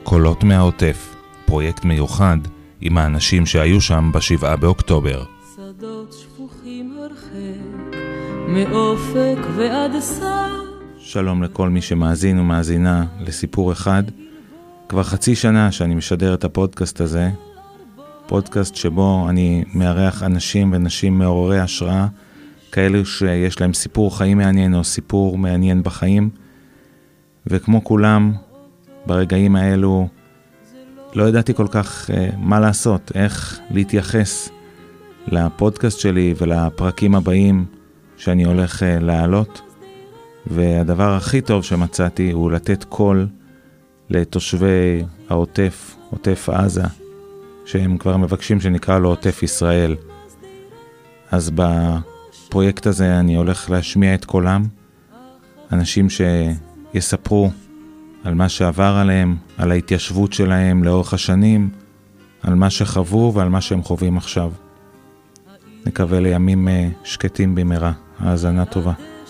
קולות מהעוטף, פרויקט מיוחד עם האנשים שהיו שם ב7 באוקטובר. שדות שפוכים הרחק, מאופק ועד סף. שלום לכל מי שמאזין ומאזינה לסיפור אחד. כבר חצי שנה שאני משדר את הפודקאסט הזה, פודקאסט שבו אני מארח אנשים ונשים מעוררי השראה, כאלו שיש להם סיפור חיים מעניין או סיפור מעניין בחיים, וכמו כולם, ברגעים האלו לא ידעתי כל כך מה לעשות, איך להתייחס לפודקאסט שלי ולפרקים הבאים שאני הולך להעלות. והדבר הכי טוב שמצאתי הוא לתת קול לתושבי העוטף, עוטף עזה, שהם כבר מבקשים שנקרא לו עוטף ישראל. אז בפרויקט הזה אני הולך להשמיע את קולם, אנשים שיספרו על מה שעבר עליהם, על ההתיישבות שלהם לאורך השנים, על מה שחוו ועל מה שהם חווים עכשיו. נקווה לימים שקטים במהרה. האזנה טובה.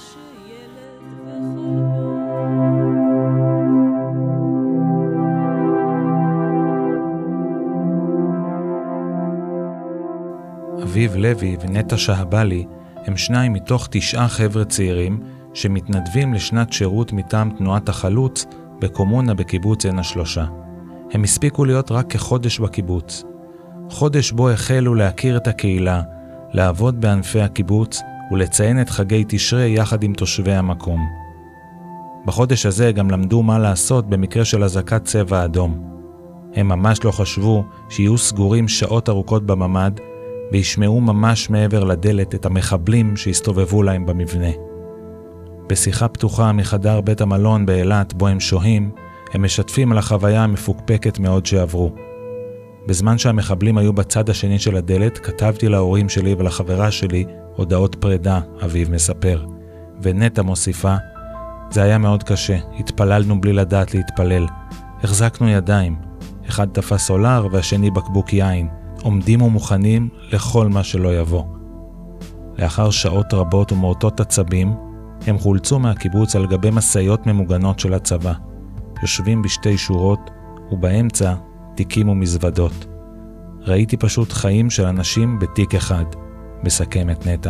אביב לוי ונטע שהבלי הם 2 מתוך 9 חבר'ה צעירים שמתנדבים לשנת שירות מטעם תנועת החלוץ בקומונה בקיבוץ עין השלושה. הם הספיקו להיות רק כחודש בקיבוץ. חודש בו החלו להכיר את הקהילה, לעבוד בענפי הקיבוץ ולציין את חגי תשרי יחד עם תושבי המקום. בחודש הזה גם למדו מה לעשות במקרה של הזקת צבע אדום. הם ממש לא חשבו שיהיו סגורים שעות ארוכות בממד וישמעו ממש מעבר לדלת את המחבלים שהסתובבו להם במבנה. בשיחה פתוחה מחדר בית המלון באילת בו הם שוהים, הם משתפים על החוויה המפוקפקת מאוד שעברו. בזמן שהמחבלים היו בצד השני של הדלת, כתבתי להורים שלי ולחברה שלי הודעות פרידה, אביב מספר. ונטע מוסיפה, זה היה מאוד קשה, התפללנו בלי לדעת להתפלל. החזקנו ידיים, אחד תפס סולר והשני בקבוק יין, עומדים ומוכנים לכל מה שלא יבוא. לאחר שעות רבות ומורטות עצבים, הם חולצו מהקיבוץ על גבי מסעיות ממוגנות של הצבא. יושבים בשתי שורות, ובאמצע תיקים ומזוודות. ראיתי פשוט חיים של אנשים בתיק אחד, מסכמת נטע.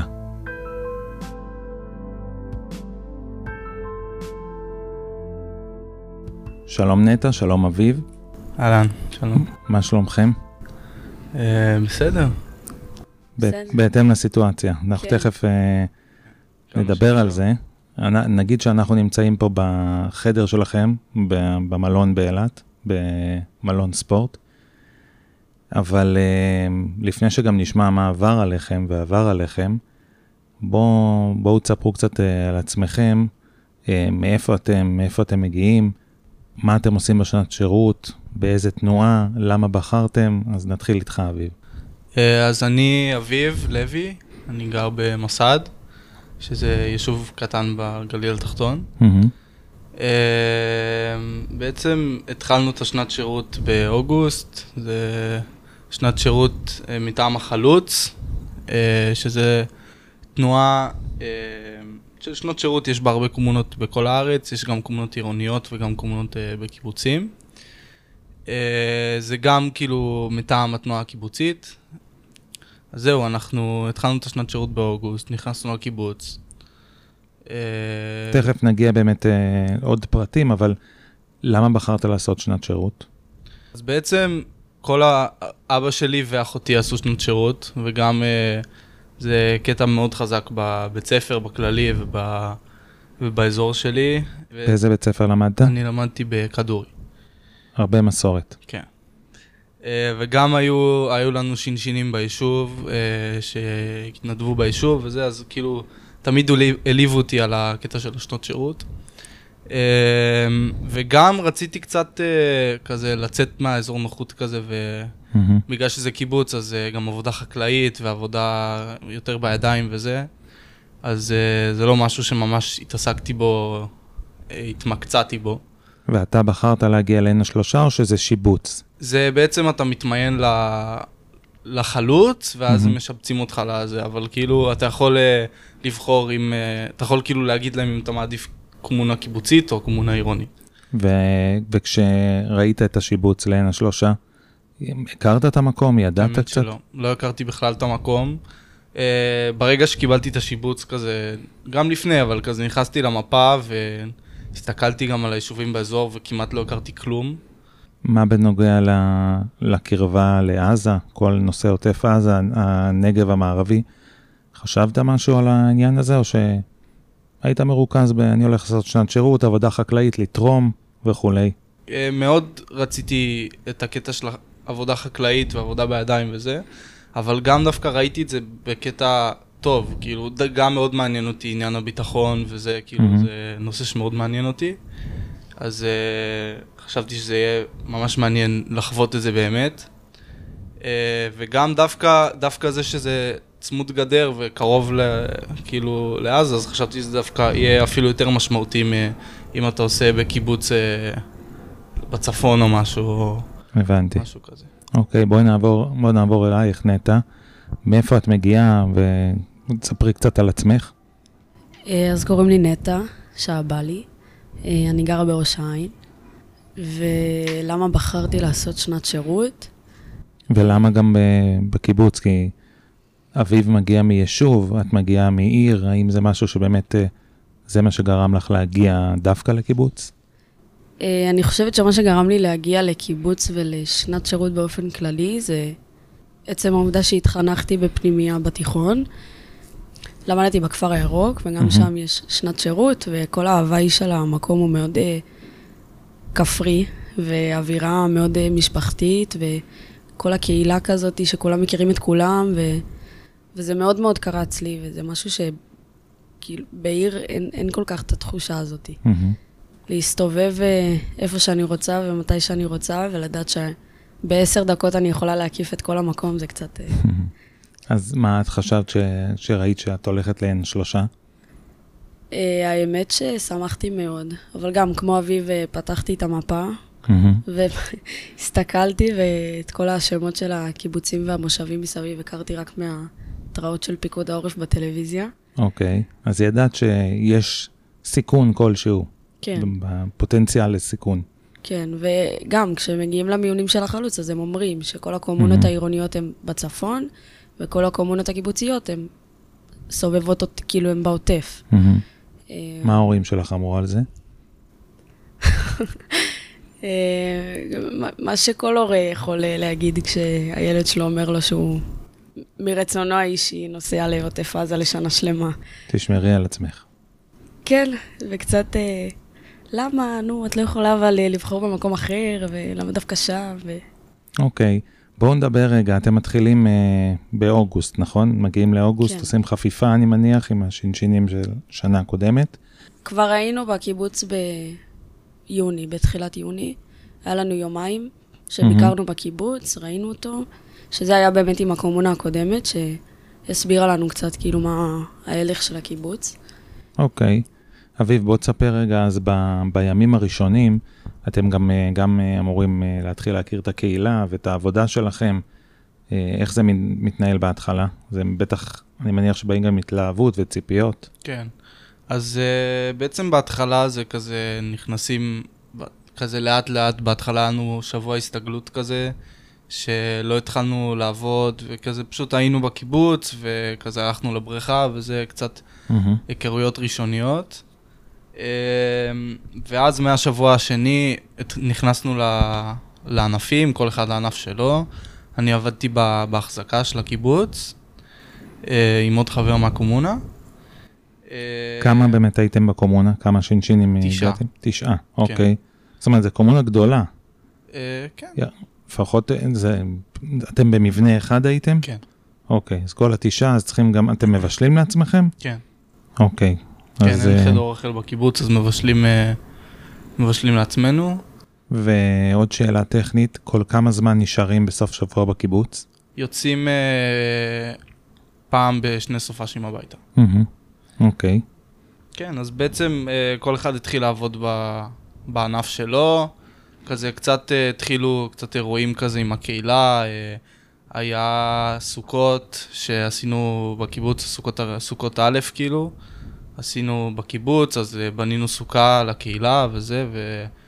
שלום נטע, שלום אביב. אהלן, שלום. מה שלומכם? בסדר. בהתאם לסיטואציה. אנחנו תכף נדבר על זה. נגיד שאנחנו נמצאים פה בחדר שלכם, במלון באילת, במלון ספורט. אבל לפני שגם נשמע מה עבר עליכם ועבר עליכם, בואו תספרו קצת על עצמכם, מאיפה אתם מגיעים, מה אתם עושים בשנת שירות, באיזה תנועה, למה בחרתם. אז נתחיל איתך אביב. אז אני אביב לוי, אני גר במסד, שזה יישוב קטן בגליל התחתון. בעצם התחלנו את השנת שירות באוגוסט, זה שנת שירות מטעם החלוץ, שזה תנועה של שנות שירות, יש בה הרבה קומונות בכל הארץ, יש גם קומונות עירוניות וגם קומונות בקיבוצים. זה גם כאילו מטעם התנועה הקיבוצית. אז זהו, אנחנו התחלנו את השנת שירות באוגוסט, נכנסנו לקיבוץ. תכף נגיע באמת עוד פרטים, אבל למה בחרת לעשות שנת שירות? אז בעצם כל האבא שלי ואחותי עשו שנת שירות, וגם זה קטע מאוד חזק בבית ספר, בכללי ובאזור שלי. באיזה בית ספר למדת? אני למדתי בכדורי. הרבה מסורת. כן. וגם היו לנו שינשינים ביישוב, שהתנדבו ביישוב וזה, אז כאילו תמיד הליוו אותי על הקטע של השנות שירות. וגם רציתי קצת כזה לצאת מהאזור נוחות כזה, ובגלל שזה קיבוץ, אז גם עבודה חקלאית ועבודה יותר בידיים וזה, אז זה לא משהו שממש התעסקתי בו, התמקצעתי בו. ואתה בחרת להגיע לעין השלושה או שזה שיבוץ? זה בעצם אתה מתמיין לחלוץ, ואז הם משבצים אותך לזה, אבל כאילו אתה יכול לבחור אתה יכול כאילו להגיד להם אם אתה מעדיף קומונה קיבוצית או קומונה עירונית. וכשראית את השיבוץ לעין השלושה, הכרת את המקום, ידעת האמת קצת? שלא, לא הכרתי בכלל את המקום. ברגע שקיבלתי את השיבוץ כזה, גם לפני, אבל כזה נכנסתי למפה והסתכלתי גם על היישובים באזור וכמעט לא הכרתי כלום. מה בנוגע לקרבה לעזה, כל נושא עוטף עזה, הנגב המערבי, חשבת משהו על העניין הזה, או שהיית מרוכז אני הולך לעשות שנת שירות, עבודה חקלאית, לתרום וכולי? מאוד רציתי את הקטע של עבודה חקלאית ועבודה בידיים וזה, אבל גם דווקא ראיתי את זה בקטע טוב, כאילו גם מאוד מעניין אותי עניין הביטחון וזה, כאילו זה נושא שמאוד מעניין אותי, אז חשבתי שזה יהיה ממש מעניין לחוות את זה באמת, וגם דווקא זה שזה צמוד גדר וקרוב כאילו לעזה, אז חשבתי שזה דווקא יהיה אפילו יותר משמעותי אם אתה עושה בקיבוץ בצפון או משהו. הבנתי. משהו כזה. אוקיי, בואי נעבור אלייך, נטע. מאיפה את מגיעה ותספרי קצת על עצמך? אז קוראים לי נטע שעבלי. אני גרה בראש העין. ולמה בחרתי לעשות שנת שירות? ולמה גם בקיבוץ? כי אביב מגיע מיישוב, את מגיעה מעיר, האם זה משהו שבאמת זה מה שגרם לך להגיע דווקא לקיבוץ? אני חושבת שמה שגרם לי להגיע לקיבוץ ולשנת שירות באופן כללי, זה עצם העובדה שהתחנכתי בפנימייה בתיכון. למדתי בכפר הירוק, וגם שם יש שנת שירות, וכל ההוואי של המקום הוא מאוד כפרי, ואווירה מאוד משפחתית, וכל הקהילה כזאת שכולם מכירים את כולם, וזה מאוד מאוד קרץ לי, וזה משהו שכאילו בעיר אין כל כך את התחושה הזאת. להסתובב איפה שאני רוצה ומתי שאני רוצה, ולדעת ב10 דקות אני יכולה להקיף את כל המקום, זה קצת... אז מה את חשבת שראית שאת הולכת לעין שלושה? האמת ששמחתי מאוד, אבל גם כמו אביב פתחתי את המפה, והסתכלתי ואת כל השמות של הקיבוצים והמושבים מסביב, הכרתי רק מהתראות של פיקוד העורף בטלוויזיה. אוקיי, אז ידעת שיש סיכון כלשהו. כן. בפוטנציאל לסיכון. כן, וגם כשמגיעים למיונים של החלוץ, אז הם אומרים שכל הקומונות העירוניות הן בצפון, וכל הקומונות הקיבוציות הן סובבות, כאילו הן בעוטף. מה ההורים שלך אמרו על זה? מה שכל הורה יכול להגיד כשהילד שלו אומר לו שהוא מרצונו האישי נוסע לעוטף עזה לשנה שלמה. תשמרי על עצמך. כן, וקצת... למה? נו, את לא יכולה אבל לבחור במקום אחר, ולמה דווקא שם? אוקיי, בואו נדבר רגע, אתם מתחילים באוגוסט, נכון? מגיעים לאוגוסט, כן. עושים חפיפה, אני מניח, עם השינשינים של שנה קודמת. כבר היינו בקיבוץ ביוני, בתחילת יוני. היה לנו יומיים שביקרנו בקיבוץ, ראינו אותו, שזה היה באמת עם הקומונה הקודמת, שהסבירה לנו קצת כאילו מה ההלך של הקיבוץ. אוקיי. אביב, בוא תספר רגע, אז בימים הראשונים, אתם גם אמורים להתחיל להכיר את הקהילה ואת העבודה שלכם. איך זה מתנהל בהתחלה? זה בטח, אני מניח שבאים גם התלהבות וציפיות. כן. אז בעצם בהתחלה זה כזה נכנסים, כזה לאט לאט, בהתחלה לנו שבוע הסתגלות כזה, שלא התחלנו לעבוד, וכזה פשוט היינו בקיבוץ, וכזה הלכנו לבריכה, וזה קצת היכרויות ראשוניות. ואז מהשבוע השני נכנסנו לענפים, כל אחד לענף שלו. אני עבדתי בהחזקה של הקיבוץ, עם עוד חבר מהקומונה. כמה באמת הייתם בקומונה? כמה שינשינים? 9. 9, אוקיי. זאת אומרת, זו קומונה גדולה. כן. לפחות, אתם במבנה אחד הייתם? כן. אוקיי, אז כל 9, אז צריכים גם, אתם מבשלים לעצמכם? כן. אוקיי. כן, אין חדר אוכל בקיבוץ, אז מבשלים לעצמנו. ועוד שאלה טכנית, כל כמה זמן נשארים בסוף שבוע בקיבוץ? יוצאים פעם בשני סופשים הביתה. אוקיי. כן, אז בעצם כל אחד התחיל לעבוד בענף שלו, כזה קצת התחילו קצת אירועים כזה עם הקהילה, היה סוכות שעשינו בקיבוץ, סוכות א' כאילו, עשינו בקיבוץ, אז בנינו סוכה לקהילה וזה,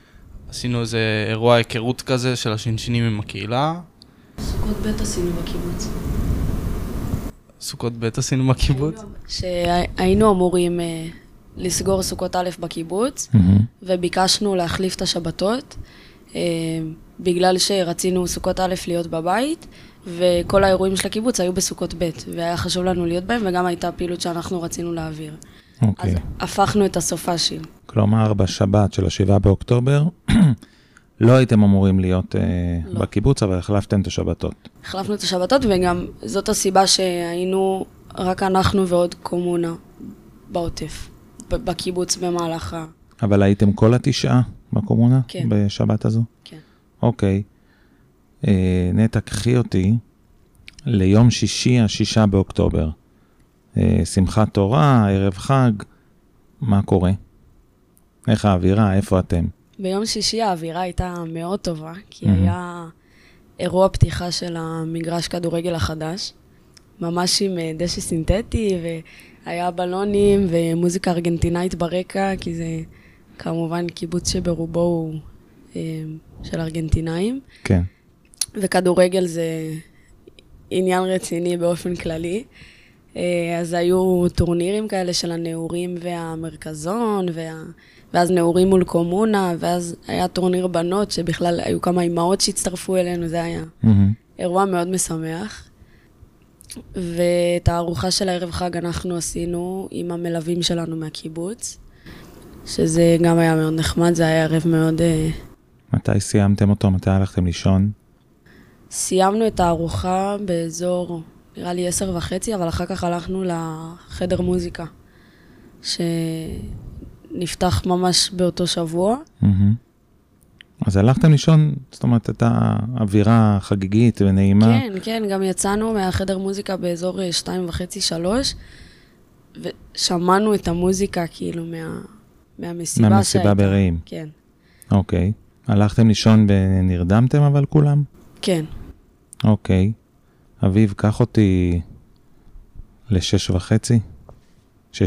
עשינו איזה אירוע היכרות כזה של השינשינים עם הקהילה. סוכות בית עשינו בקיבוץ. סוכות בית עשינו בקיבוץ? שהיינו אמורים לסגור סוכות א' בקיבוץ, וביקשנו להחליף את השבתות, בגלל שרצינו סוכות א' להיות בבית, וכל האירועים של הקיבוץ היו בסוכות ב', והיה חשוב לנו להיות בהם, וגם הייתה פעילות שאנחנו רצינו להעביר. אוקיי. אז הפכנו את הסופ"שים. כלומר, בשבת של 7 באוקטובר, לא הייתם אמורים להיות בקיבוץ, אבל החלפתם את השבתות. החלפנו את השבתות, וגם זאת הסיבה שהיינו רק אנחנו ועוד קומונה בעוטף, בקיבוץ במהלך אבל הייתם כל 9 בקומונה? כן. בשבת הזו? כן. אוקיי. נטע, קחי אותי ליום שישי, 6 באוקטובר. שמחת תורה, ערב חג, מה קורה? איך האווירה? איפה אתם? ביום שישי האווירה הייתה מאוד טובה, כי היה אירוע פתיחה של המגרש כדורגל החדש, ממש עם דשא סינתטי, והיה בלונים ומוזיקה ארגנטינאית ברקע, כי זה כמובן קיבוץ שברובו הוא של ארגנטינאים. כן. וכדורגל זה עניין רציני באופן כללי. אז היו טורנירים כאלה של הנעורים והמרכזון, ואז נעורים מול קומונה, ואז היה טורניר בנות, שבכלל היו כמה אימהות שהצטרפו אלינו, זה היה אירוע מאוד משמח. ואת הארוחה של הערב חג אנחנו עשינו עם המלווים שלנו מהקיבוץ, שזה גם היה מאוד נחמד, זה היה ערב מאוד... מתי סיימתם אותו? מתי הלכתם לישון? סיימנו את הארוחה באזור... נראה לי 10:30, אבל אחר כך הלכנו לחדר מוזיקה, שנפתח ממש באותו שבוע. אז הלכתם לישון, זאת אומרת, הייתה אווירה חגיגית ונעימה. כן, כן, גם יצאנו מהחדר מוזיקה באזור 2:30-3, ושמענו את המוזיקה כאילו מהמסיבה מהמסיבה ברעים. כן. אוקיי. הלכתם לישון ונרדמתם אבל כולם? כן. אוקיי. אביב, קח אותי ל6:30, 6:29,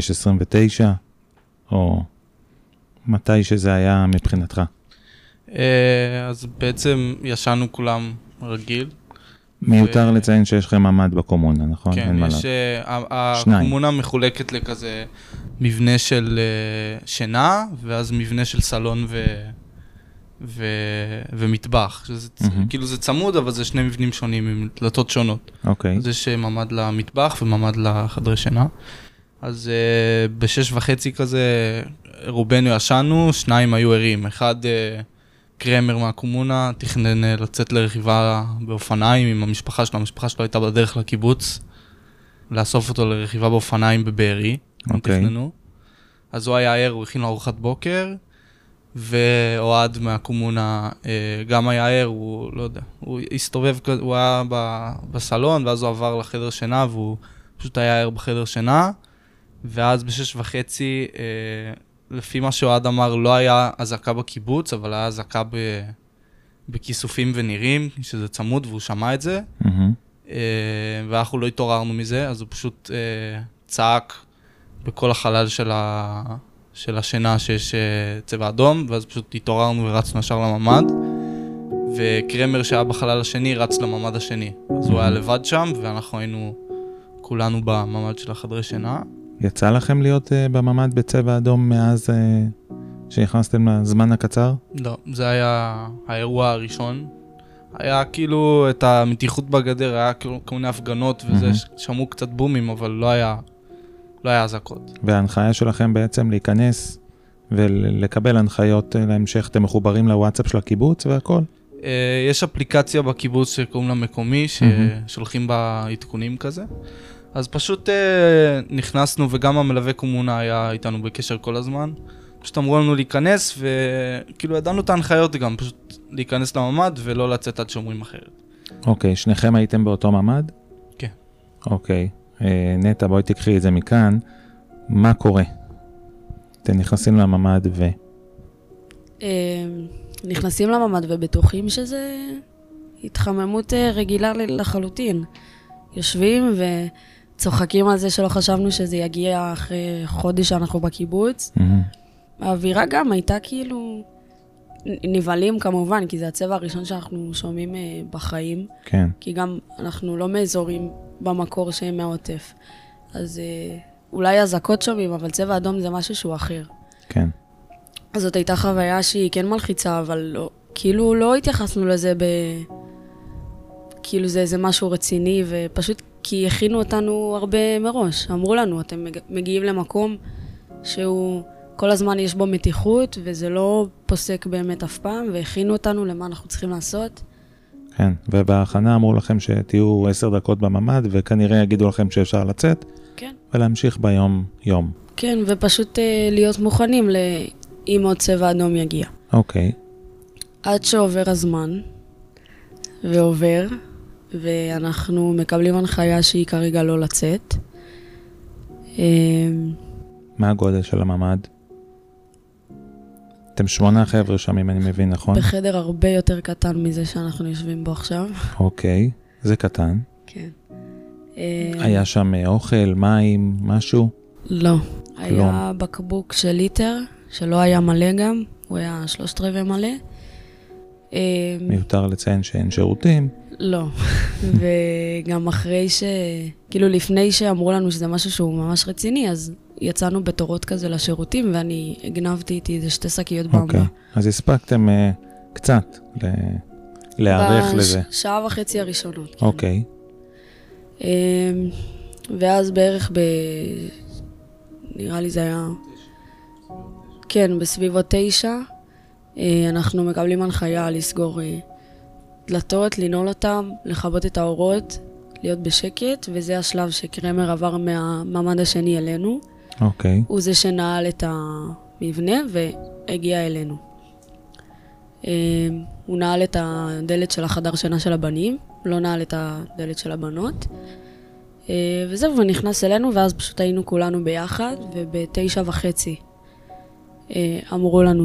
או מתי שזה היה מבחינתך? אז בעצם ישנו כולם רגיל. מיותר לציין שיש לכם ממ"ד בקומונה, נכון? כן, הקומונה מחולקת לכזה מבנה של שינה, ואז מבנה של סלון ומטבח. כאילו זה צמוד, אבל זה שני מבנים שונים עם דלתות שונות. אוקיי. אז יש ממ"ד למטבח וממ"ד לחדרי שינה. אז ב6:30 כזה רובנו ישנו, 2 היו ערים. אחד קרמר מהקומונה תכנן לצאת לרכיבה באופניים עם המשפחה שלו. המשפחה שלו הייתה בדרך לקיבוץ, לאסוף אותו לרכיבה באופניים בבארי. אוקיי. אז הוא היה ער, הוא הכין לו ארוחת בוקר, ואוהד מהקומונה גם היה ער, הוא לא יודע, הוא הסתובב, הוא היה בסלון, ואז הוא עבר לחדר שינה, והוא פשוט היה ער בחדר שינה, ואז ב6:30, לפי מה שאוהד אמר, לא היה אזעקה בקיבוץ, אבל היה אזעקה בכיסופים ונירים, שזה צמוד, והוא שמע את זה, ואנחנו לא התעוררנו מזה, אז הוא פשוט צעק בכל החלל של השינה שיש צבע אדום, ואז פשוט התעוררנו ורצנו ישר לממ"ד, וקרמר שהיה בחלל השני רץ לממ"ד השני. אז הוא היה לבד שם, ואנחנו היינו כולנו בממ"ד של החדרי שינה. יצא לכם להיות בממ"ד בצבע אדום מאז שנכנסתם לזמן הקצר? לא, זה היה האירוע הראשון. היה כאילו את המתיחות בגדר, היה כאילו כל מיני הפגנות וזה, שמעו קצת בומים, אבל לא היה אזעקות. וההנחיה שלכם בעצם להיכנס ולקבל הנחיות להמשך, אתם מחוברים לוואטסאפ של הקיבוץ והכל? יש אפליקציה בקיבוץ שקוראים לה מקומי, ששולחים בה עדכונים כזה. אז פשוט נכנסנו, וגם המלווה קומונה היה איתנו בקשר כל הזמן. פשוט אמרו לנו להיכנס, וכאילו ידענו את ההנחיות גם, פשוט להיכנס לממ"ד ולא לצאת עד שאומרים אחרת. אוקיי, שניכם הייתם באותו ממ"ד? כן. אוקיי. נטע, בואי תקחי את זה מכאן. מה קורה? אתם נכנסים לממ"ד נכנסים לממ"ד ובטוחים שזה התחממות רגילה לחלוטין. יושבים וצוחקים על זה שלא חשבנו שזה יגיע אחרי חודש שאנחנו בקיבוץ. האווירה גם הייתה כאילו נבלים כמובן, כי זה הצבע הראשון שאנחנו שומעים בחיים. כן. כי גם אנחנו לא מאזורים במקור שהם מהעוטף. אז אולי הזקות שומעים, אבל צבע אדום זה משהו שהוא אחר. כן. אז זאת הייתה חוויה שהיא כן מלחיצה, אבל לא, כאילו לא התייחסנו לזה כאילו זה משהו רציני, ופשוט כי הכינו אותנו הרבה מראש. אמרו לנו, אתם מגיעים למקום שהוא כל הזמן יש בו מתיחות, וזה לא פוסק באמת אף פעם, והכינו אותנו למה אנחנו צריכים לעשות. כן, ובהכנה אמרו לכם שתהיו 10 דקות בממד, וכנראה יגידו לכם שאפשר לצאת, כן. ולהמשיך ביום. כן, ופשוט להיות מוכנים אם עוד צבע אדום יגיע. אוקיי. עד שעובר הזמן, ועובר, ואנחנו מקבלים הנחיה שהיא כרגע לא לצאת. מה הגודל של הממד? אתם 8 חבר'ה שם, אם אני מבין, נכון? בחדר הרבה יותר קטן מזה שאנחנו יושבים בו עכשיו. אוקיי, זה קטן. כן. היה שם אוכל, מים, משהו? לא. היה בקבוק של ליטר, שלא היה מלא גם, הוא היה 3/4 מלא. מיותר לציין שאין שירותים. לא. וגם אחרי כאילו לפני שאמרו לנו שזה משהו שהוא ממש רציני, אז יצאנו בתורות כזה לשירותים, ואני הגנבתי איתי איזה 2 שקיות במבה. אוקיי, אז הספקתם קצת להיערך לזה. בשעה וחצי הראשונות. כן. אוקיי. ואז בערך נראה לי זה היה... כן, בסביבות 9, אנחנו מקבלים הנחיה לסגור דלתות, לנעול אותם, לכבות את האורות, להיות בשקט, וזה השלב שקרמר עבר מהממד השני אלינו. אוקיי. הוא זה שנעל את המבנה והגיע אלינו. הוא נעל את הדלת של החדר שינה של הבנים, לא נעל את הדלת של הבנות. וזהו, ונכנס אלינו, ואז פשוט היינו כולנו ביחד, וב9:30 אמרו לנו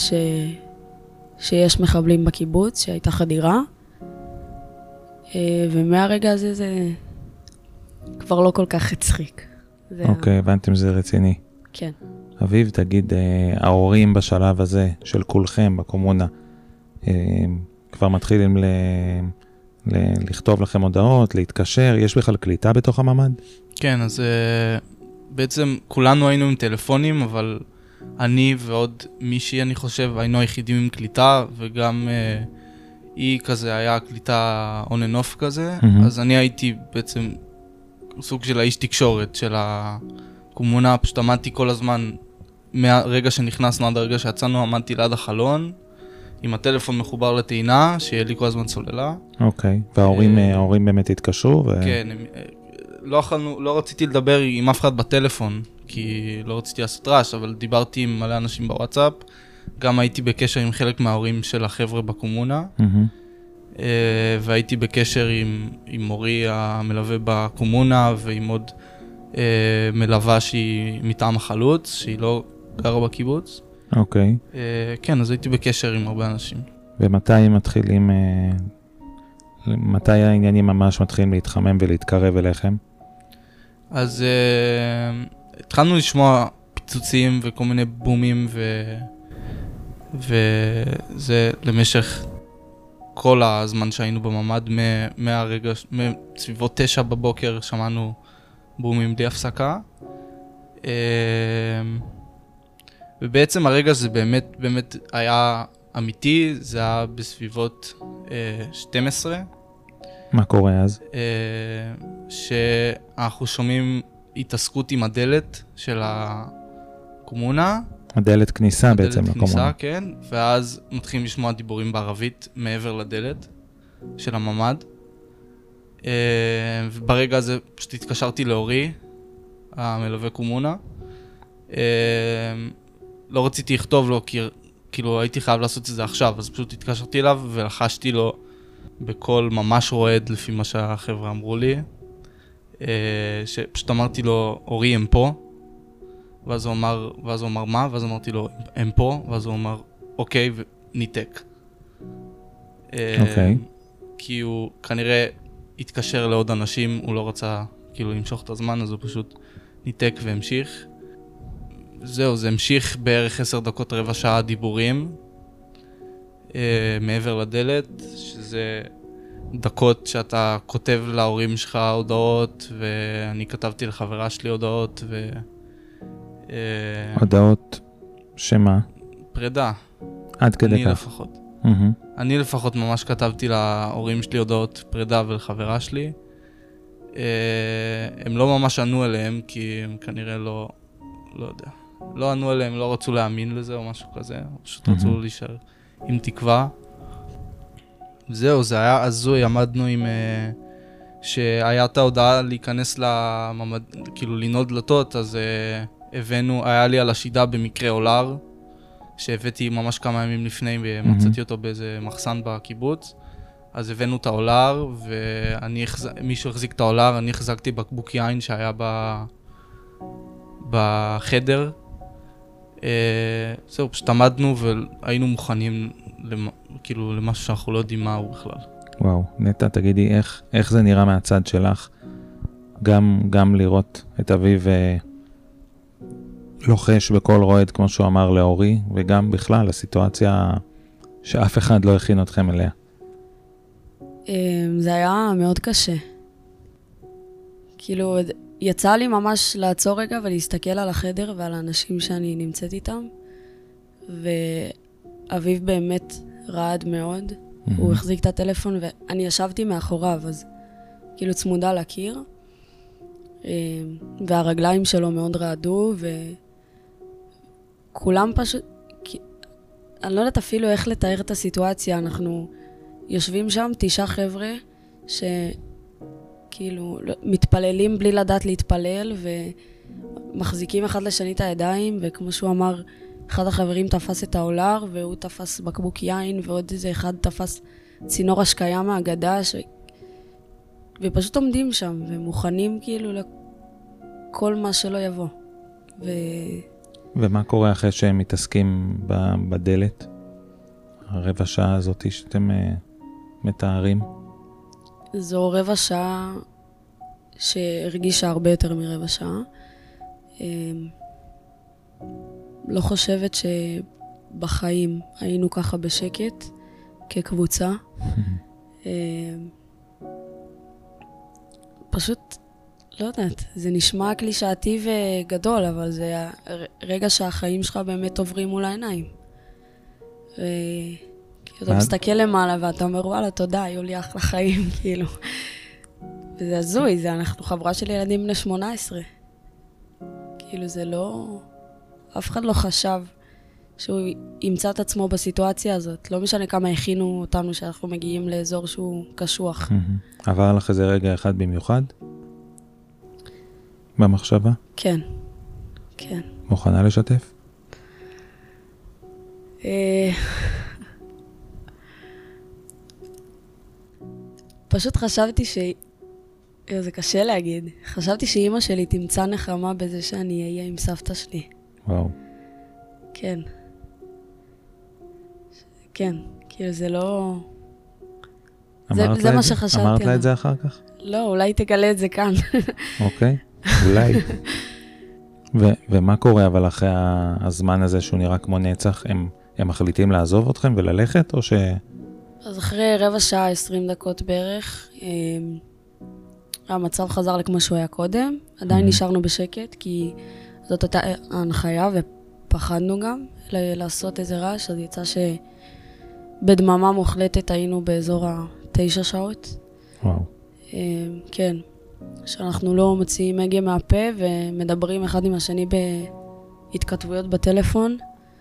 שיש מחבלים בקיבוץ, שהייתה חדירה. ומהרגע הזה זה כבר לא כל כך הצחיק. אוקיי, הבנתם שזה רציני. כן. אביב, תגיד, ההורים בשלב הזה של כולכם בקומונה, כבר מתחילים לכתוב לכם הודעות, להתקשר, יש בכלל קליטה בתוך הממד? כן, אז בעצם כולנו היינו עם טלפונים, אבל אני ועוד מישהי, אני חושב, היינו היחידים עם קליטה, וגם היא כזה היה קליטה on and off כזה, אז אני הייתי בעצם סוג של האיש תקשורת של הקומונה, פשוט עמדתי כל הזמן, מהרגע שנכנסנו עד הרגע שיצאנו, עמדתי ליד החלון, עם הטלפון מחובר לטעינה, שיהיה לי כל הזמן צוללה. אוקיי, וההורים באמת התקשרו? כן, לא רציתי לדבר עם אף אחד בטלפון, כי לא רציתי לעשות רעש, אבל דיברתי עם מלא אנשים בוואטסאפ, גם הייתי בקשר עם חלק מההורים של החבר'ה בקומונה, והייתי בקשר עם מורי המלווה בקומונה, ועם עוד מלווה שהיא מטעם החלוץ, שהיא לא גרה בקיבוץ. אוקיי. כן, אז הייתי בקשר עם הרבה אנשים. ומתי מתחילים, מתי העניינים ממש מתחילים להתחמם ולהתקרב אליכם? אז התחלנו לשמוע פיצוצים וכל מיני בומים, וזה למשך כל הזמן שהיינו בממד, מהרגע, מסביבות 9 בבוקר שמענו בומים בלי הפסקה. ובעצם הרגע זה באמת היה אמיתי, זה היה בסביבות 12. מה קורה אז? שאנחנו שומעים התעסקות עם הדלת של הקומונה. הדלת כניסה בעצם לקומונה. הדלת כניסה, כן. ואז מתחילים לשמוע דיבורים בערבית מעבר לדלת של הממד. וברגע הזה פשוט התקשרתי לאורי, המלווה קומונה. לא רציתי לכתוב לו, כי כאילו הייתי חייב לעשות את זה עכשיו, אז פשוט התקשרתי אליו ולחשתי לו בקול ממש רועד לפי מה שהחבר'ה אמרו לי, שפשוט אמרתי לו, אורי, הם פה, ואז הוא אמר מה? ואז אמרתי לו, הם פה, ואז הוא אמר, אוקיי, וניתק. אוקיי. כי הוא כנראה התקשר לעוד אנשים, הוא לא רצה כאילו למשוך את הזמן, אז הוא פשוט ניתק והמשיך. זהו, זה המשיך בערך 10 דקות, רבע שעה דיבורים, מעבר לדלת, שזה דקות שאתה כותב להורים שלך הודעות, ואני כתבתי לחברה שלי הודעות, הודעות שמה? פרידה. עד כדי אני כך. לפחות. אני לפחות ממש כתבתי להורים שלי הודעות פרידה ולחברה שלי. הם לא ממש ענו אליהם, כי הם כנראה לא יודע. לא ענו אליהם, לא רצו להאמין לזה או משהו כזה, פשוט רצו להישאר עם תקווה. זהו, זה היה הזוי, עמדנו עם... שהיה את ההודעה להיכנס לממד, כאילו לנעול דלתות, אז הבאנו, היה לי על השידה במקרה אולר, שהבאתי ממש כמה ימים לפני, ומצאתי אותו באיזה מחסן בקיבוץ. אז הבאנו את האולר, ומישהו החזיק את האולר, אני החזקתי בקבוק יין שהיה בחדר. זהו, פשוט עמדנו והיינו מוכנים כאילו למשהו שאנחנו לא יודעים מה הוא בכלל. וואו, נטע, תגידי, איך זה נראה מהצד שלך? גם לראות את אביב לוחש בכל רועד, כמו שהוא אמר לאורי, וגם בכלל, הסיטואציה שאף אחד לא הכין אתכם אליה. זה היה מאוד קשה. כאילו, יצא לי ממש לעצור רגע ולהסתכל על החדר ועל האנשים שאני נמצאת איתם, ואביב באמת רעד מאוד. הוא החזיק את הטלפון ואני ישבתי מאחוריו, אז כאילו צמודה לקיר, והרגליים שלו מאוד רעדו, וכולם פשוט, אני לא יודעת אפילו איך לתאר את הסיטואציה. אנחנו יושבים שם 9 חבר'ה שכאילו מתפללים בלי לדעת להתפלל, ומחזיקים אחד לשני את הידיים, וכמו שהוא אמר, אחד החברים תפס את האולר, והוא תפס בקבוק יין, ועוד איזה אחד תפס צינור השקיה מהגדה, ופשוט עומדים שם, ומוכנים כאילו לכל מה שלא יבוא. ומה קורה אחרי שהם מתעסקים בדלת? הרבע שעה הזאת שאתם מתארים? זו רבע שעה שהרגישה הרבה יותר מרבע שעה. לא חושבת שבחיים היינו ככה בשקט, כקבוצה. פשוט, לא יודעת, זה נשמע קלישאתי וגדול, אבל זה רגע שהחיים שלך באמת עוברים מול העיניים. אתה מסתכל למעלה ואתה אומר, וואלה, תודה, היו לי אחלה חיים, כאילו. וזה הזוי, אנחנו חברה של ילדים בני 18. כאילו זה לא... אף אחד לא חשב שהוא ימצא את עצמו בסיטואציה הזאת. לא משנה כמה הכינו אותנו שאנחנו מגיעים לאזור שהוא קשוח. עבר לך איזה רגע אחד במיוחד? במחשבה? כן, כן. מוכנה לשתף? פשוט חשבתי זה קשה להגיד. חשבתי שאמא שלי תמצא נחמה בזה שאני אהיה עם סבתא שלי. וואו. כן. כן, כאילו זה לא... זה מה שחשבתי. אמרת לה את זה אחר כך? לא, אולי תגלה את זה כאן. אוקיי, אולי. ומה קורה אבל אחרי הזמן הזה שהוא נראה כמו נצח? הם מחליטים לעזוב אתכם וללכת או ש... אז אחרי רבע שעה, 20 דקות בערך, המצב חזר לכמו שהוא היה קודם. עדיין נשארנו בשקט, כי זאת הייתה ההנחיה, ופחדנו גם לעשות איזה רעש, אז יצא שבדממה מוחלטת היינו באזור 9 שעות. וואו. כן, שאנחנו לא מוציאים הגה מהפה, ומדברים אחד עם השני בהתכתבויות בטלפון,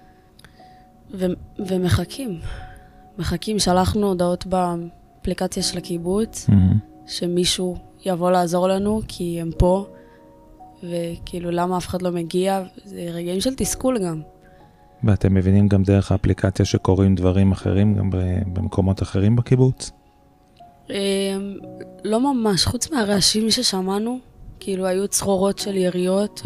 ומחכים. שלחנו הודעות באפליקציה של הקיבוץ, שמישהו יבוא לעזור לנו, כי הם פה, וכאילו למה אף אחד לא מגיע, זה רגעים של תסכול גם. ואתם מבינים גם דרך האפליקציה שקורים דברים אחרים, גם במקומות אחרים בקיבוץ? לא ממש, חוץ מהרעשים ששמענו, כאילו היו צרורות של יריות,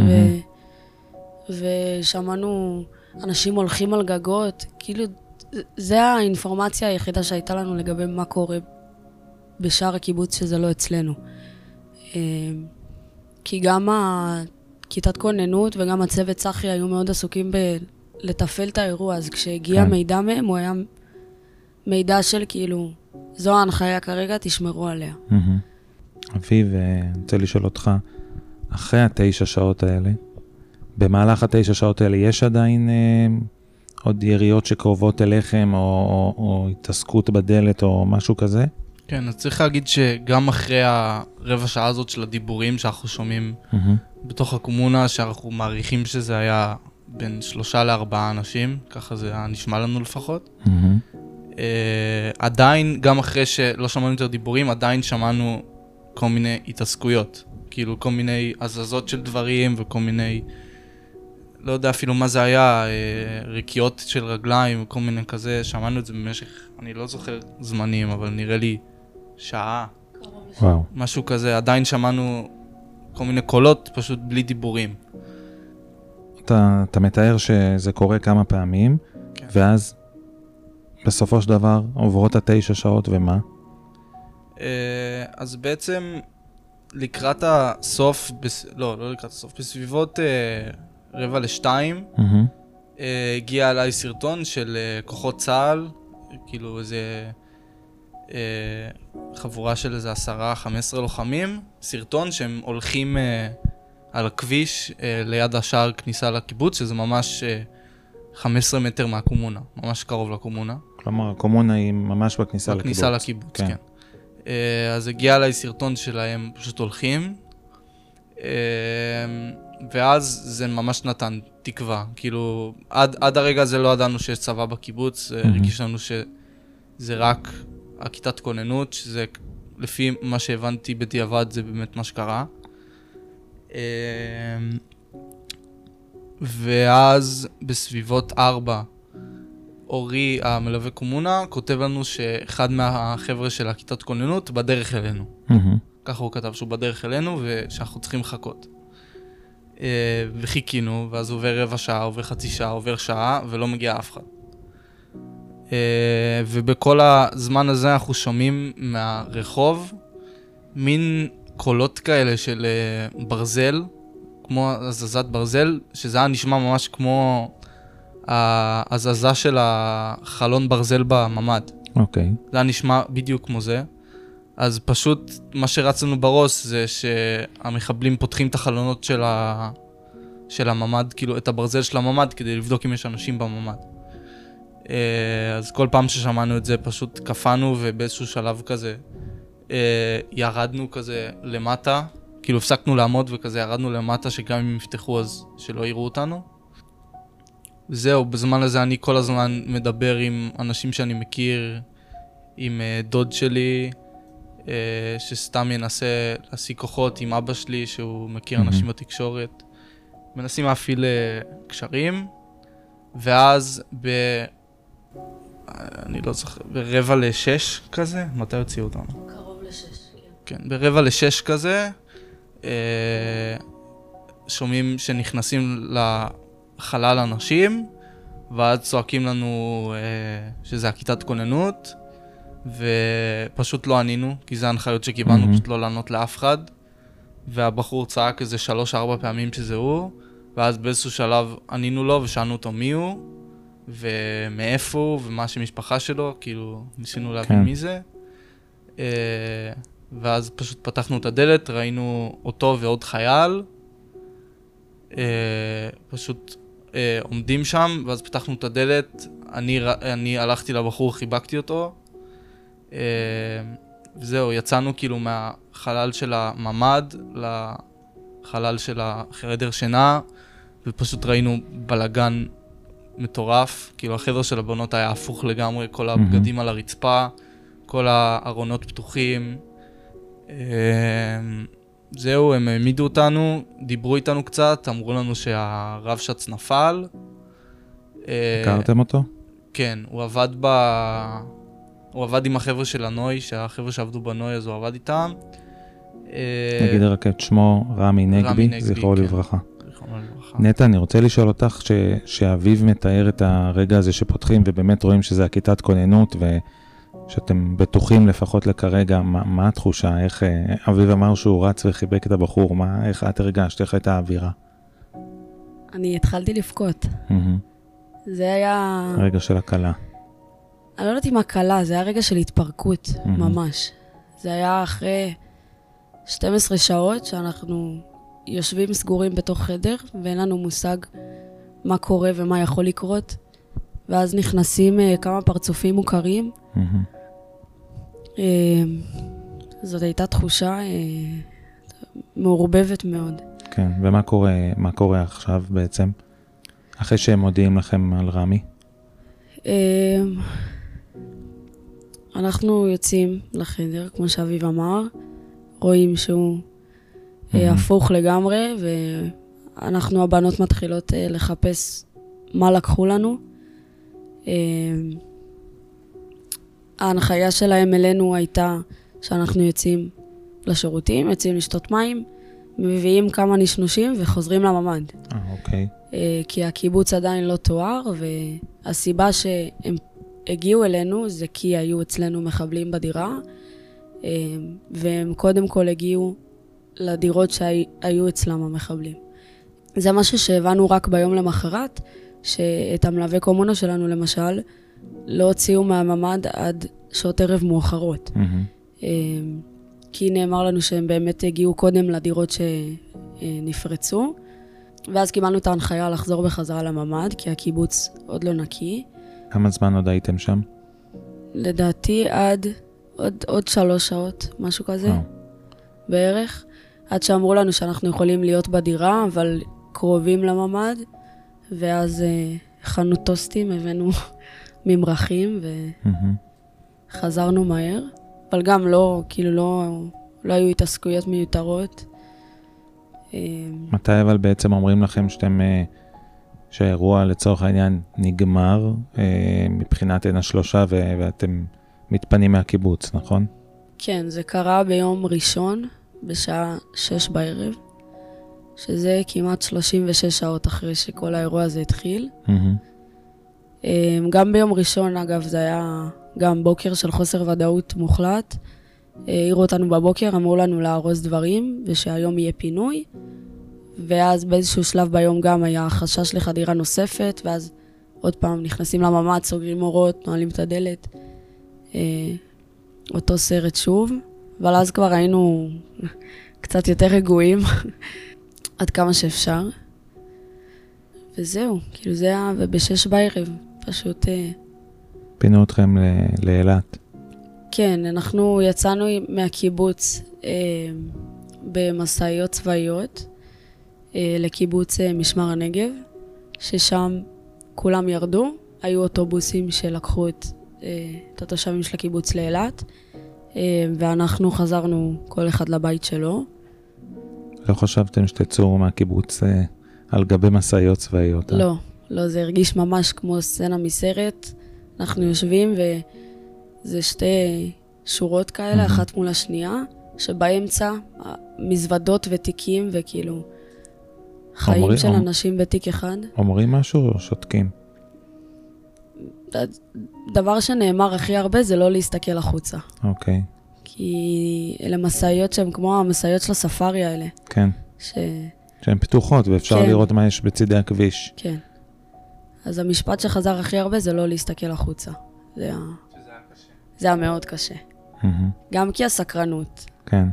ושמענו אנשים הולכים על גגות, כאילו זה האינפורמציה היחידה שהייתה לנו לגבי מה קורה בשאר הקיבוץ שזה לא אצלנו. כי גם כיתת כוננות וגם הצוות צחי היו מאוד עסוקים לתפעל את האירוע, אז כשהגיע מידע מהם הוא היה מידע של כאילו, זו ההנחיה כרגע, תשמרו עליה. אביב, אני רוצה לשאול אותך, אחרי 9 שעות האלה, במהלך 9 שעות האלה, יש עדיין עוד יריות שקרובות אליכם, או התעסקות בדלת, או משהו כזה? כן, אז צריך להגיד שגם אחרי הרבע שעה הזאת של הדיבורים שאנחנו שומעים בתוך הקומונה, שאנחנו מעריכים שזה היה בין 3 ל4 אנשים, ככה זה היה נשמע לנו לפחות. עדיין, גם אחרי שלא שמענו יותר דיבורים, עדיין שמענו כל מיני התעסקויות. כאילו כל מיני הזזות של דברים וכל מיני, לא יודע אפילו מה זה היה, ריקיות של רגליים וכל מיני כזה. שמענו את זה במשך, אני לא זוכר זמנים, אבל נראה לי שעה. וואו. משהו כזה, עדיין שמענו כל מיני קולות, פשוט בלי דיבורים. אתה מתאר שזה קורה כמה פעמים, כן. ואז בסופו של דבר עוברות 9 שעות ומה? אז בעצם לקראת הסוף, לא לקראת הסוף, בסביבות 1:45, הגיע עליי סרטון של כוחות צה"ל, כאילו איזה חבורה של איזה 10-15 לוחמים, סרטון שהם הולכים על הכביש ליד השער כניסה לקיבוץ, שזה ממש 15 מטר מהקומונה, ממש קרוב לקומונה. כלומר, הקומונה היא ממש בכניסה לקיבוץ. בכניסה לקיבוץ, כן. אז הגיע אליי סרטון שלהם פשוט הולכים, ואז זה ממש נתן תקווה. כאילו, עד הרגע הזה לא ידענו שיש צבא בקיבוץ, הרגיש לנו שזה רק הכיתת כוננות, שזה לפי מה שהבנתי בדיעבד זה באמת מה שקרה. ואז בסביבות 4, אורי, המלווה קומונה, כותב לנו שאחד מהחבר'ה של הכיתת כוננות בדרך אלינו. ככה הוא כתב שהוא בדרך אלינו ושאנחנו צריכים לחכות. וחיכינו, ואז עובר רבע שעה, עובר חצי שעה, עובר שעה, ולא מגיע אף אחד. ובכל הזמן הזה אנחנו שומעים מהרחוב מין קולות כאלה של ברזל, כמו הזזת ברזל, שזה היה נשמע ממש כמו ההזזה של החלון ברזל בממד. אוקיי. זה היה נשמע בדיוק כמו זה. אז פשוט מה שרצנו בראש זה שהמחבלים פותחים את החלונות של הממד, כאילו את הברזל של הממד, כדי לבדוק אם יש אנשים בממד. אז כל פעם ששמענו את זה פשוט קפאנו, ובאיזשהו שלב כזה ירדנו כזה למטה, כאילו הפסקנו לעמוד וכזה ירדנו למטה, שגם אם יפתחו אז שלא יראו אותנו. זהו, בזמן הזה אני כל הזמן מדבר עם אנשים שאני מכיר, עם דוד שלי, שסתם ינסה להשיג כוחות, עם אבא שלי שהוא מכיר אנשים בתקשורת. מנסים להפעיל קשרים, ואז אני לא זוכר, ב5:45 כזה, מתי הוציאו אותנו? קרוב ל6, כן. כן, ב5:45 כזה, שומעים שנכנסים לחלל אנשים, ואז צועקים לנו שזה הכיתת כוננות, ופשוט לא ענינו, כי זה ההנחיות שקיבלנו, פשוט לא לענות לאף אחד, והבחור צעק איזה 3-4 פעמים שזה הוא, ואז באיזשהו שלב ענינו לו ושאלנו אותו מי הוא, ומאיפה הוא, ומה שמשפחה שלו, כאילו ניסינו להבין מי זה. ואז פשוט פתחנו את הדלת, ראינו אותו ועוד חייל, פשוט עומדים שם, ואז פתחנו את הדלת, אני הלכתי לבחור, חיבקתי אותו, וזהו, יצאנו כאילו מהחלל של הממד לחלל של החדר שינה, ופשוט ראינו בלגן מטורף, כאילו החדר של הבנות היה הפוך לגמרי, כל הבגדים על הרצפה, כל הארונות פתוחים. זהו, הם העמידו אותנו, דיברו איתנו קצת, אמרו לנו שהרב שץ נפל. הכרתם אותו? כן, הוא עבד עם החבר'ה של הנוי, שהחבר'ה שעבדו בנוי אז הוא עבד איתם. נגיד רק את שמו רמי נגבי, זכרו לברכה. נטע, אני רוצה לשאול אותך שאביב מתאר את הרגע הזה שפותחים ובאמת רואים שזה הכיתת כוננות ושאתם בטוחים לפחות לכרגע, מה התחושה? איך אביב אמר שהוא רץ וחיבק את הבחור, איך את הרגשת, איך הייתה האווירה? אני התחלתי לבכות. זה היה... רגע של הקלה. אני לא יודעת אם הקלה, זה היה רגע של התפרקות, ממש. זה היה אחרי 12 שעות שאנחנו יושבים סגורים בתוך חדר, ואין לנו מושג מה קורה ומה יכול לקרות, ואז נכנסים כמה פרצופים מוכרים. זאת הייתה תחושה מעורבבת מאוד. כן, ומה קורה עכשיו בעצם? אחרי שהם מודיעים לכם על רמי? אנחנו יוצאים לחדר, כמו שאביב אמר, רואים שהוא הפוך לגמרי, ואנחנו הבנות מתחילות לחפש מה לקחו לנו. ההנחיה שלהם אלינו הייתה שאנחנו יוצאים לשירותים, יוצאים לשתות מים, מביאים כמה נשנושים וחוזרים לממ"ד. אוקיי. כי הקיבוץ עדיין לא תואר, והסיבה שהם הגיעו אלינו זה כי היו אצלנו מחבלים בדירה, והם קודם כל הגיעו לדירות שהיו אצלם המחבלים. זה משהו שהבנו רק ביום למחרת, שאת המלווה קומונה שלנו למשל, לא הוציאו מהממ"ד עד שעות ערב מאוחרות. כי נאמר לנו שהם באמת הגיעו קודם לדירות שנפרצו, ואז קיבלנו את ההנחיה לחזור בחזרה לממ"ד, כי הקיבוץ עוד לא נקי. כמה זמן עוד הייתם שם? לדעתי עד עוד 3 שעות, משהו כזה, בערך. עד שאמרו לנו שאנחנו יכולים להיות בדירה, אבל קרובים לממ"ד, ואז הכנו טוסטים, הבאנו ממרחים, וחזרנו מהר. אבל גם לא, כאילו לא היו התעסקויות מיותרות. מתי אבל בעצם אומרים לכם שהאירוע לצורך העניין נגמר מבחינת עין השלושה ואתם מתפנים מהקיבוץ, נכון? כן, זה קרה ביום ראשון בשעה 6 בערב, שזה כמעט 36 שעות אחרי שכל האירוע הזה התחיל. גם ביום ראשון, אגב, זה היה גם בוקר של חוסר ודאות מוחלט. העירו אותנו בבוקר, אמרו לנו לארוז דברים, ושהיום יהיה פינוי. ואז באיזשהו שלב ביום גם היה חשש לחדירה נוספת, ואז עוד פעם נכנסים לממ"ד, סוגרים אורות, נועלים את הדלת. אותו סרט שוב, אבל אז כבר היינו קצת יותר רגועים, עד כמה שאפשר. וזהו, כאילו זה היה, וב6 בערב, פשוט... פינו אתכם לאילת. כן, אנחנו יצאנו מהקיבוץ במסעיות צבאיות לקיבוץ משמר הנגב, ששם כולם ירדו, היו אוטובוסים שלקחו את התושבים של הקיבוץ לאילת, ואנחנו חזרנו כל אחד לבית שלו. לא חשבתם שתצאו מהקיבוץ על גבי מסעיות צבאיות? לא, זה הרגיש ממש כמו סצנה מסרט. אנחנו יושבים וזה 2 שורות כאלה, אחת מול השנייה, שבאמצע מזוודות ותיקים וכאילו חיים של אנשים בתיק אחד. אומרים משהו או שותקים? דבר שנאמר הכי הרבה זה לא להסתכל החוצה. אוקיי. כי אלה מסעיות שהן כמו המסעיות של הספארי האלה. כן. שהן פתוחות ואפשר לראות מה יש בצידי הכביש. כן. אז המשפט שחזר הכי הרבה זה לא להסתכל החוצה. שזה היה קשה. זה היה מאוד קשה. גם כי הסקרנות. כן.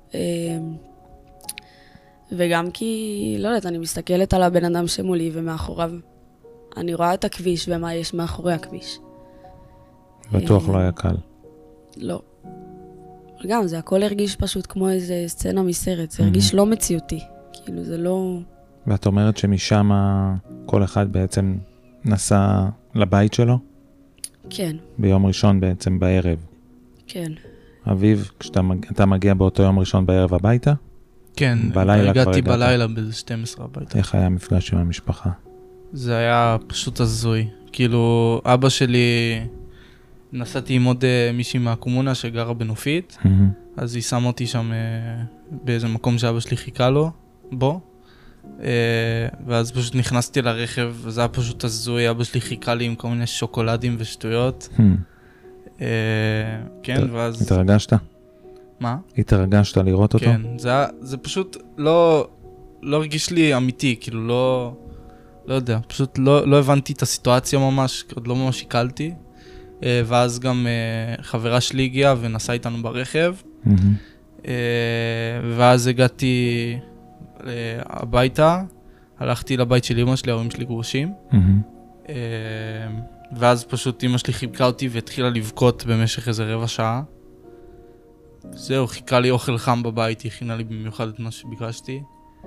וגם כי, לא יודעת, אני מסתכלת על הבן אדם שמולי ומאחוריו. אני רואה את הכביש ומה יש מאחורי הכביש. בטוח לא היה קל. לא. גם זה הכל הרגיש פשוט כמו איזה סצנה מסרט. זה הרגיש לא מציאותי. כאילו זה לא... ואת אומרת שמשם כל אחד בעצם נסע לבית שלו? כן. ביום ראשון בעצם בערב? כן. אביב, כשאתה מגיע באותו יום ראשון בערב הביתה? כן, הגעתי בלילה ב-12 הביתה. איך היה המפגש עם המשפחה? זה היה פשוט הזוי. כאילו, אבא שלי, נסעתי עם עוד מישהי מהקומונה שגרה בנופית, אז היא שמה אותי שם באיזה מקום שאבא שלי חיכה לו, בו, ואז פשוט נכנסתי לרכב, וזה היה פשוט הזוי, אבא שלי חיכה לי עם כל מיני שוקולדים ושטויות. כן, ואז... התרגשת? מה? התרגשת לראות אותו? כן, זה פשוט לא הרגיש לי אמיתי, כאילו לא יודע, פשוט לא הבנתי את הסיטואציה ממש, עוד לא ממש שיקלתי. ואז גם חברה שלי הגיעה ונסעה איתנו ברכב. ואז הגעתי הביתה, הלכתי לבית של אמא שלי, ההורים שלי גרושים. ואז פשוט אמא שלי חיבקה אותי והתחילה לבכות במשך איזה רבע שעה. זהו, חיכה לי אוכל חם בבית, היא הכינה לי במיוחד את מה שביקשתי.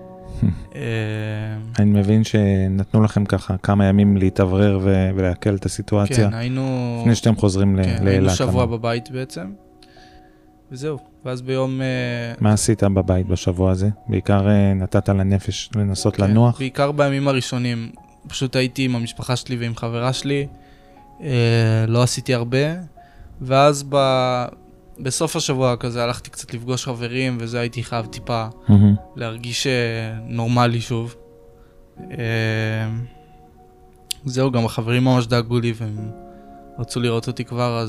אני מבין שנתנו לכם ככה כמה ימים להתאוורר ולהקל את הסיטואציה. כן, היינו... לפני שאתם חוזרים לאילת. היינו שבוע בבית בעצם. וזהו, ואז ביום... מה עשית בבית בשבוע הזה? בעיקר נתת לנפש לנסות לנוח? בעיקר בימים הראשונים. פשוט הייתי עם המשפחה שלי ועם חברה שלי. לא עשיתי הרבה. ואז בסוף השבוע כזה הלכתי קצת לפגוש חברים, וזה הייתי חייב טיפה להרגיש נורמלי שוב. זהו, גם החברים ממש דאגו לי והם רצו לראות אותי כבר,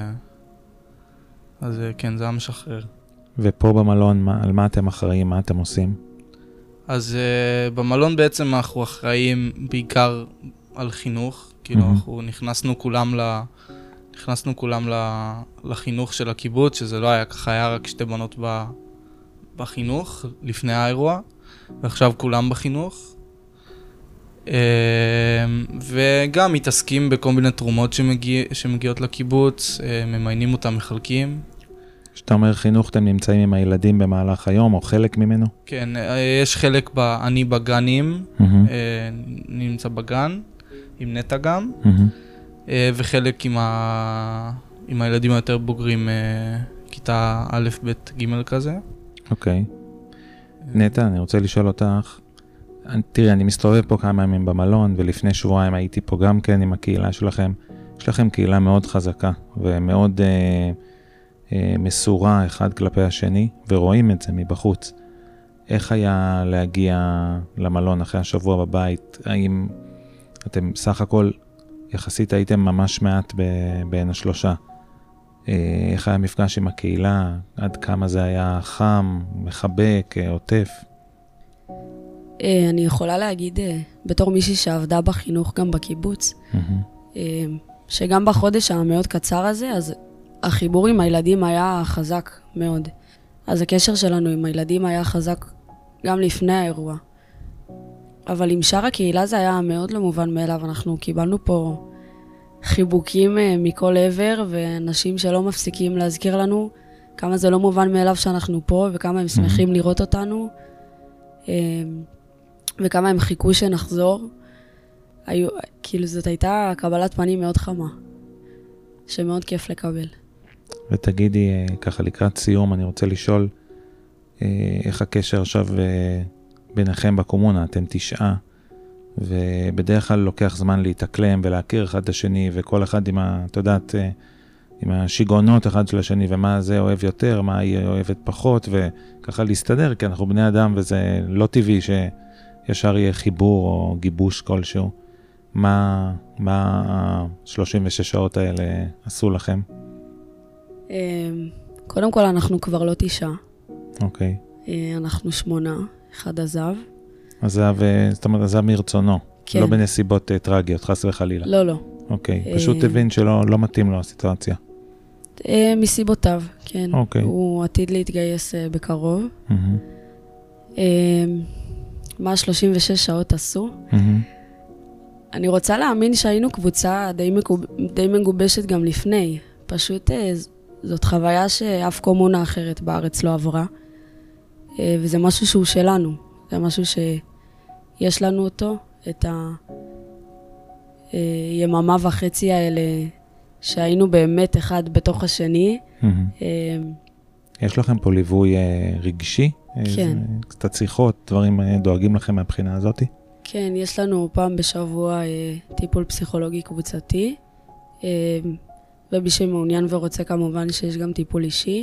אז כן, זה היה משחרר. ופה במלון, על מה אתם אחראים? מה אתם עושים? אז במלון בעצם אנחנו אחראים בעיקר על חינוך, כאילו אנחנו נכנסנו כולם לחינוך של הקיבוץ, שזה לא היה ככה, היה רק 2 בנות בחינוך לפני האירוע, ועכשיו כולם בחינוך. וגם מתעסקים בכל מיני תרומות שמגיעות לקיבוץ, ממיינים אותם, מחלקים. כשאתה אומר חינוך, אתם נמצאים עם הילדים במהלך היום, או חלק ממנו? כן, יש חלק, אני בגנים, נמצא בגן, עם נטע גם, וחלק עם הילדים היותר בוגרים, כיתה א', ב', ג' כזה. אוקיי. נטע, אני רוצה לשאול אותך, תראי, אני מסתובב פה כמה ימים במלון, ולפני שבועיים הייתי פה גם כן עם הקהילה שלכם. יש לכם קהילה מאוד חזקה, ומאוד מסורה אחד כלפי השני, ורואים את זה מבחוץ. איך היה להגיע למלון אחרי השבוע בבית? האם אתם סך הכל יחסית הייתם ממש מעט בין השלושה? איך היה מפגש עם הקהילה? עד כמה זה היה חם, מחבק, עוטף? אני יכולה להגיד, בתור מישהי שעבדה בחינוך גם בקיבוץ, שגם בחודש המאוד קצר הזה, אז החיבור עם הילדים היה חזק מאוד. אז הקשר שלנו עם הילדים היה חזק גם לפני האירוע. אבל עם שאר הקהילה זה היה מאוד לא מובן מאליו. אנחנו קיבלנו פה חיבוקים מכל עבר, ואנשים שלא מפסיקים להזכיר לנו כמה זה לא מובן מאליו שאנחנו פה, וכמה הם שמחים לראות אותנו, וכמה הם חיכו שנחזור. כאילו זאת הייתה קבלת פנים מאוד חמה, שמאוד כיף לקבל. ותגידי, ככה לקראת סיום, אני רוצה לשאול, איך הקשר עכשיו ביניכם בקומונה? אתם 9, ובדרך כלל לוקח זמן להתאקלם ולהכיר אחד את השני, וכל אחד עם את יודעת, עם השיגעונות אחד של השני, ומה זה אוהב יותר, מה היא אוהבת פחות, וככה להסתדר, כי אנחנו בני אדם, וזה לא טבעי שישר יהיה חיבור או גיבוש כלשהו. מה 36 שעות האלה עשו לכם? קודם כל, אנחנו כבר לא 9. אוקיי. אנחנו 8, אחד עזב. עזב, זאת אומרת, עזב מרצונו. כן. לא בנסיבות טרגיות, חס וחלילה. לא, לא. אוקיי, פשוט הבין שלא מתאים לו הסיטואציה. מסיבותיו, כן. אוקיי. הוא עתיד להתגייס בקרוב. מה 36 שעות עשו? אני רוצה להאמין שהיינו קבוצה די מגובשת גם לפני. פשוט זאת חוויה שאף קומונה אחרת בארץ לא עברה. וזה משהו שהוא שלנו. זה משהו שיש לנו אותו, את היממה וחצי האלה שהיינו באמת אחד בתוך השני. יש לכם פה ליווי רגשי? כן. קצת שיחות, דברים דואגים לכם מהבחינה הזאת? כן, יש לנו פעם בשבוע טיפול פסיכולוגי קבוצתי, ומי שמעוניין ורוצה כמובן שיש גם טיפול אישי.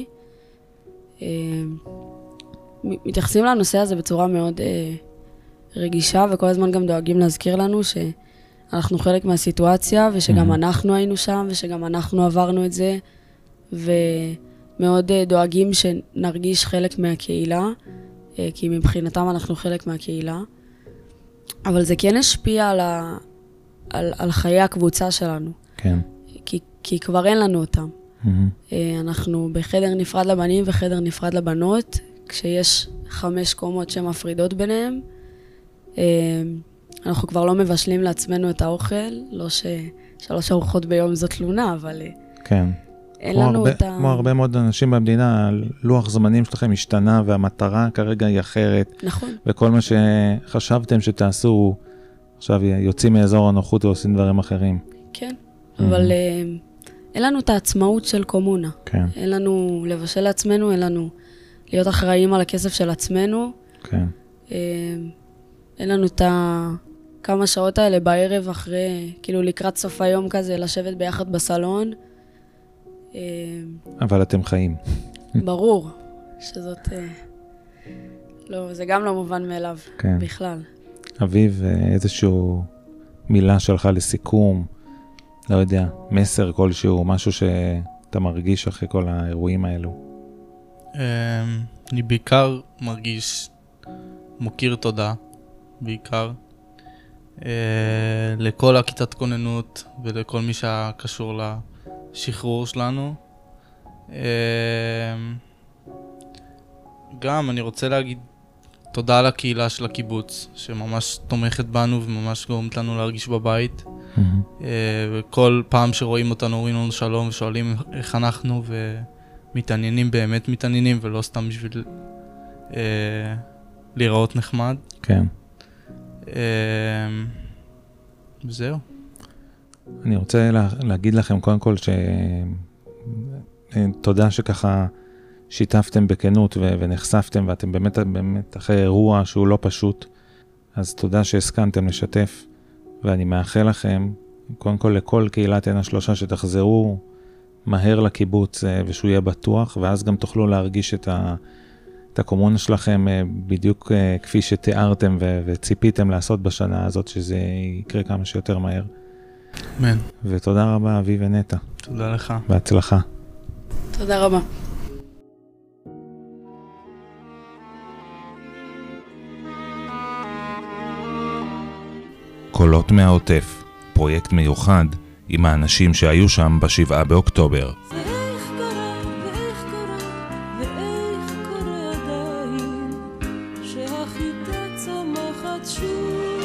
מתייחסים לנושא הזה בצורה מאוד רגישה, וכל הזמן גם דואגים להזכיר לנו שאנחנו חלק מהסיטואציה, ושגם אנחנו היינו שם, ושגם אנחנו עברנו את זה, ומאוד דואגים שנרגיש חלק מהקהילה, כי מבחינתם אנחנו חלק מהקהילה. אבל זה כן השפיע על חיי הקבוצה שלנו. כן. כי כבר אין לנו אותם. אנחנו בחדר נפרד לבנים וחדר נפרד לבנות, כשיש 5 קומות שמפרידות ביניהם. אנחנו כבר לא מבשלים לעצמנו את האוכל, לא ש3 ארוחות ביום זו תלונה, אבל כן. אין לנו את ה... כמו הרבה מאוד אנשים במדינה, לוח זמנים שלכם השתנה, והמטרה כרגע היא אחרת. נכון. וכל מה שחשבתם שתעשו, עכשיו יוצאים מאזור הנוחות ועושים דברים אחרים. כן, אבל אין לנו את העצמאות של קומונה. כן. אין לנו לבשל לעצמנו, אין לנו להיות אחראים על הכסף של עצמנו. כן. אין לנו את כמה שעות האלה בערב אחרי, כאילו לקראת סוף היום כזה, לשבת ביחד בסלון. אבל אתם חיים. ברור, שזאת... לא, זה גם לא מובן מאליו, כן. בכלל. אביב, איזשהו מילה שלך לסיכום, לא יודע, מסר כלשהו, משהו שאתה מרגיש אחרי כל האירועים האלו. אני בעיקר מרגיש מוקיר תודה, בעיקר, לכל הכיתת כוננות ולכל מי שקשור לשחרור שלנו. גם אני רוצה להגיד תודה לקהילה של הקיבוץ, שממש תומכת בנו וממש גורמת לנו להרגיש בבית. וכל פעם שרואים אותנו אומרים לנו שלום ושואלים איך אנחנו, ומתעניינים, באמת מתעניינים, ולא סתם בשביל להיראות נחמד. כן. וזהו. אני רוצה להגיד לכם קודם כל תודה שככה שיתפתם בכנות ונחשפתם, ואתם באמת אחרי אירוע שהוא לא פשוט, אז תודה שהסכנתם לשתף, ואני מאחל לכם, קודם כל לכל קהילת N3 שתחזרו מהר לקיבוץ ושהוא יהיה בטוח, ואז גם תוכלו להרגיש את הקומונה שלכם בדיוק כפי שתיארתם וציפיתם לעשות בשנה הזאת, שזה יקרה כמה שיותר מהר. אמן. ותודה רבה אביב ונטע. תודה לך. בהצלחה. תודה רבה. קולות מהעוטף, פרויקט מיוחד עם האנשים שהיו שם ב7 באוקטובר. ואיך קרה, ואיך קרה, ואיך קורה עדיין, שהחיטה צומחת שוב.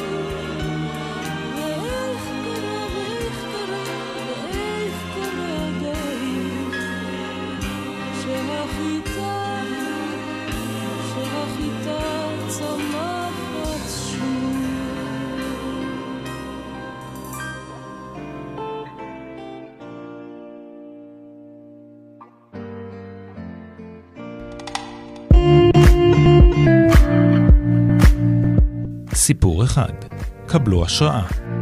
ואיך קרה, ואיך קרה, ואיך קורה עדיין, שהחיטה צומחת שוב. סיפור אחד, קבלו השראה.